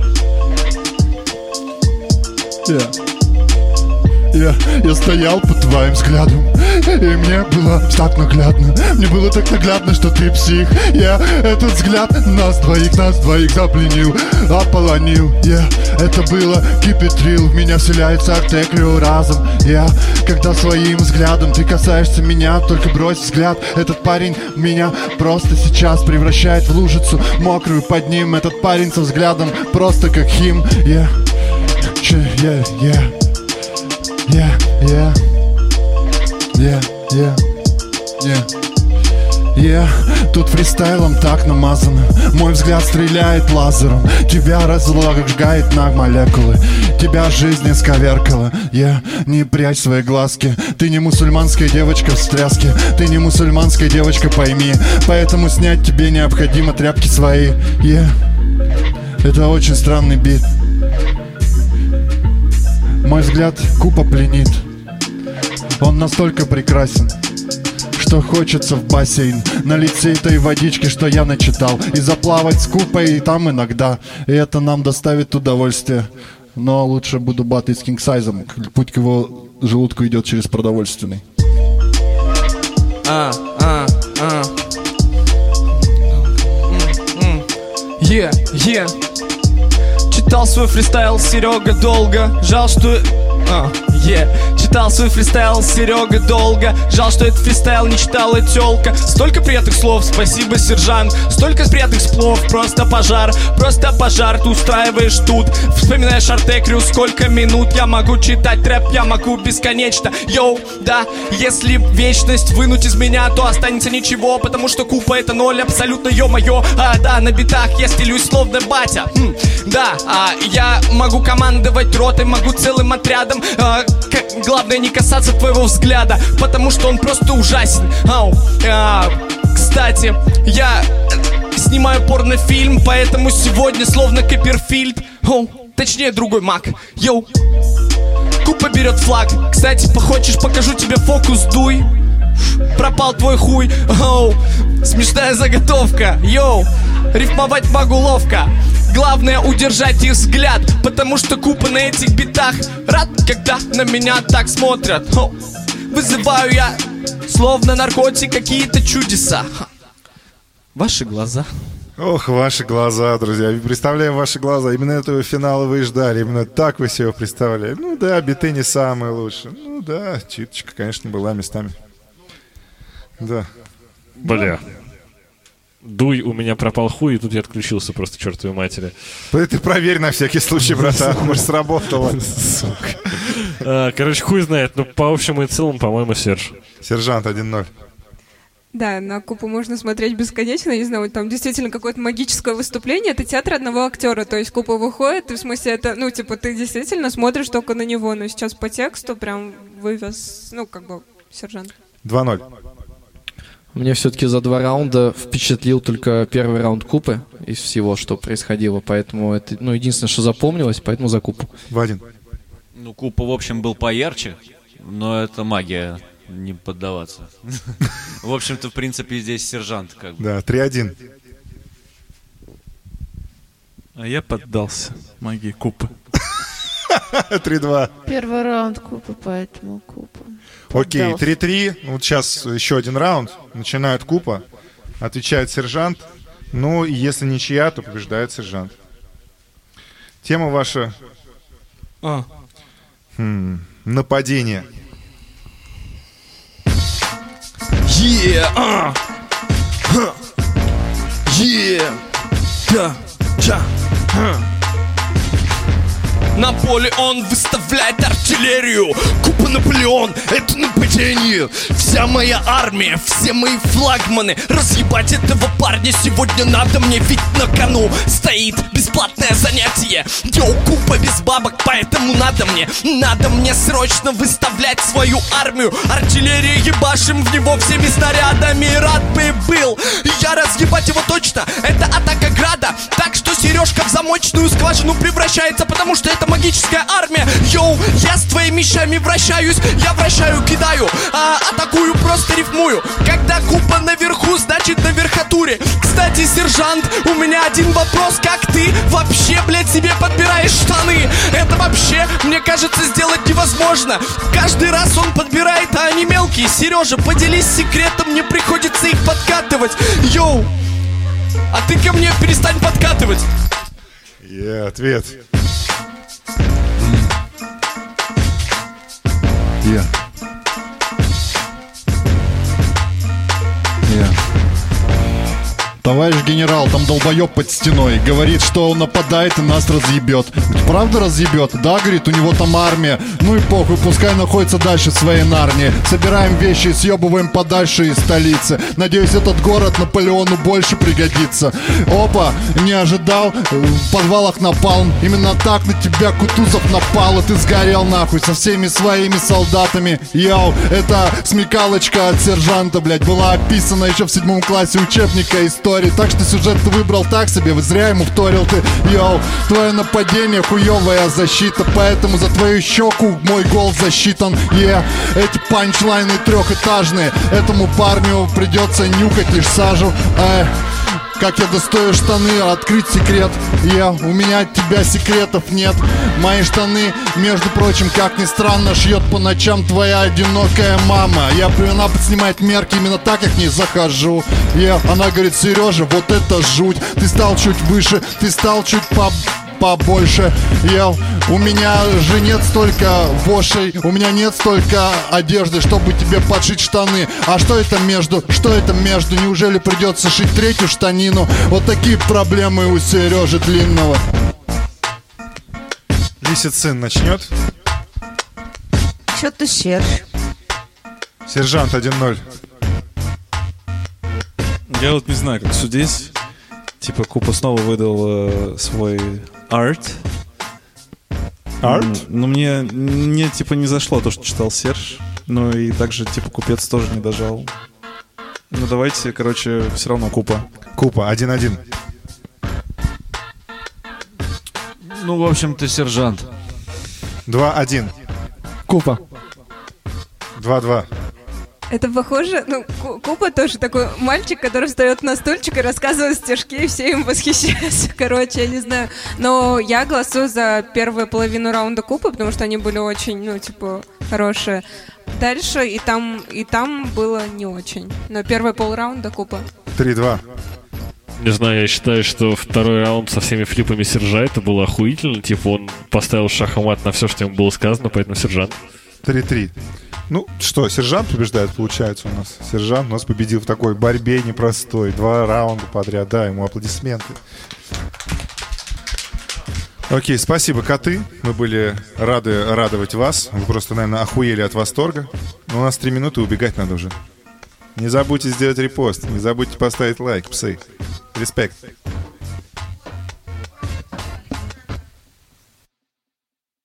Я стоял под твоим взглядом, и мне было так наглядно. Мне было так наглядно, что ты псих. Этот взгляд нас двоих запленил, ополонил. Это было кипетрил. В меня вселяется артекрио разом. Когда своим взглядом ты касаешься меня, только брось взгляд. Этот парень меня просто сейчас превращает в лужицу мокрую под ним. Этот парень со взглядом просто как хим. Тут фристайлом так намазано. Мой взгляд стреляет лазером. Тебя разлагает на молекулы. Тебя жизнь исковеркала. Не прячь свои глазки. Ты не мусульманская девочка в стряске. Ты не мусульманская девочка, пойми. Поэтому снять тебе необходимо тряпки свои. Это очень странный бит. Мой взгляд Купа пленит. Он настолько прекрасен, что хочется в бассейн налить этой водички, что я начитал, и заплавать с Купой и там иногда. И это нам доставит удовольствие. Но лучше буду батать с кингсайзом. Путь к его желудку идет через продовольственный. Читал свой фристайл Серега долго. Жаль, что... Читал свой фристайл Серега долго. Жаль, что этот фристайл не читала тёлка. Столько приятных слов, спасибо, сержант. Столько приятных слов, просто пожар ты устраиваешь тут. Вспоминаешь артекрию, сколько минут. Я могу читать рэп, я могу бесконечно. Да, если вечность вынуть из меня, то останется ничего. Потому что Купа это ноль, абсолютно ё-моё. Да, на битах я стелюсь словно батя. Я могу командовать ротой, могу целым отрядом. Главное не касаться твоего взгляда, потому что он просто ужасен. Кстати, я снимаю порнофильм, поэтому сегодня словно Копперфильд. Точнее, другой маг. Купа берет флаг. Кстати, хочешь, покажу тебе фокус, дуй. Пропал твой хуй. Смешная заготовка. Рифмовать могу ловко. Главное удержать их взгляд, потому что Купа на этих битах рад, когда на меня так смотрят. Вызываю я, словно наркотик, какие-то чудеса. Ваши глаза. Ох, ваши глаза, друзья. Представляем ваши глаза. Именно этого финала вы и ждали. Именно так вы себе его представляли. Ну да, биты не самые лучшие. Ну да, читочка, конечно, была местами. Да. Бля. Дуй, у меня пропал хуй, и тут я отключился просто к чертовой матери. Ты проверь на всякий случай, братан. Может, сработало. Сука. Короче, хуй знает. Но по общему и целому, по-моему, Серж. Сержант 1-0. Да, на Купу можно смотреть бесконечно, не знаю, там действительно какое-то магическое выступление, это театр одного актера, то есть Купа выходит, и в смысле это, ну, типа, ты действительно смотришь только на него, но сейчас по тексту прям вывез, ну, как бы, сержант. 2-0. Мне все-таки за 2 раунда впечатлил только первый раунд Купы из всего, что происходило, поэтому это, ну, единственное, что запомнилось, поэтому за Купу. 2-1. Ну, Купа, в общем, был поярче, но это магия. Не поддаваться. В общем-то, в принципе, здесь сержант как бы. Да, 3-1. А я поддался магии Купы. 3-2. Первый раунд Купы, поэтому Купа. Окей, 3-3. Вот сейчас еще один раунд. Начинает Купа. Отвечает сержант. Ну, и если ничья, то побеждает сержант. Тема ваша... Нападение. Наполеон выставляет артиллерию. Купа Наполеон, это нападение. Вся моя армия, все мои флагманы. Разъебать этого парня сегодня надо мне, ведь на кону стоит бесплатное занятие. Йоу, Купа без бабок, поэтому надо мне срочно выставлять свою армию. Артиллерия, ебашим в него всеми снарядами. Рад бы был я разъебать его точно. Это атака града. Так что Сережка в замочную скважину превращается, потому что это магическая армия. Йоу, я с твоими щами вращаюсь. Я вращаю, кидаю, атакую, просто рифмую. Когда Купа наверху, значит на верхотуре. Кстати, сержант, у меня один вопрос. Как ты вообще, блядь, себе подбираешь штаны? Это вообще, мне кажется, сделать невозможно. Каждый раз он подбирает, а они мелкие. Сережа, поделись секретом, мне приходится их подкатывать. Йоу, а ты ко мне перестань подкатывать. Ответ. Товарищ генерал, там долбоеб под стеной. Говорит, что он нападает и нас разъебет. Правда разъебет? Да, говорит, у него там армия. Ну и похуй, пускай находится дальше в своей нарнии. Собираем вещи и съебываем подальше из столицы. Надеюсь, этот город Наполеону больше пригодится. Опа, не ожидал. В подвалах напалм. Именно так на тебя Кутузов напал, и ты сгорел нахуй со всеми своими солдатами. Йоу, это смекалочка от сержанта, блядь, была описана еще в 7 классе учебника истории. Так что сюжет ты выбрал так себе, зря ему вторил ты. Йоу, твое нападение хуевая защита, поэтому за твою щеку мой гол засчитан. Эти панчлайны трехэтажные, этому парню придется нюхать лишь сажу. Как я достаю штаны, открыть секрет. У меня от тебя секретов нет. Мои штаны, между прочим, как ни странно, шьет по ночам твоя одинокая мама. Она подснимает мерки, именно так я к ней захожу. Она говорит: Сережа, вот это жуть. Ты стал чуть выше, ты стал чуть побольше. У меня же нет столько вошей, у меня нет столько одежды, чтобы тебе подшить штаны. А что это между? Что это между? Неужели придется шить третью штанину? Вот такие проблемы у Сережи Длинного. Лисит сын начнет. Что-то Серж. Сержант 1-0. Я вот не знаю, как судить. Типа Купа снова выдал свой арт. Но мне типа не зашло то, что читал Серж. Ну и также типа Купец тоже не дожал. Ну давайте, короче, все равно Купа. Купа 1-1. Ну, в общем-то, сержант. 2-1. Купа. 2-2. Это похоже, ну, Купа тоже такой мальчик, который встает на стульчик и рассказывает стишки, и все им восхищаются. Короче, я не знаю. Но я голосую за первую половину раунда Купы, потому что они были очень, ну, типа, хорошие. Дальше и там было не очень. Но первый полраунда Купа. 3-2. Не знаю, я считаю, что второй раунд со всеми флипами Сержа это было охуительно. Типа он поставил шах-и-мат на все, что ему было сказано, поэтому Сержант. 3-3. Ну что, Сержант побеждает, получается у нас. Сержант у нас победил в такой борьбе непростой. 2 раунда подряд, да, ему аплодисменты. Окей, спасибо, коты. Мы были рады радовать вас. Вы просто, наверное, охуели от восторга. Но у нас 3 минуты, убегать надо уже. Не забудьте сделать репост. Не забудьте поставить лайк, псы. Респект.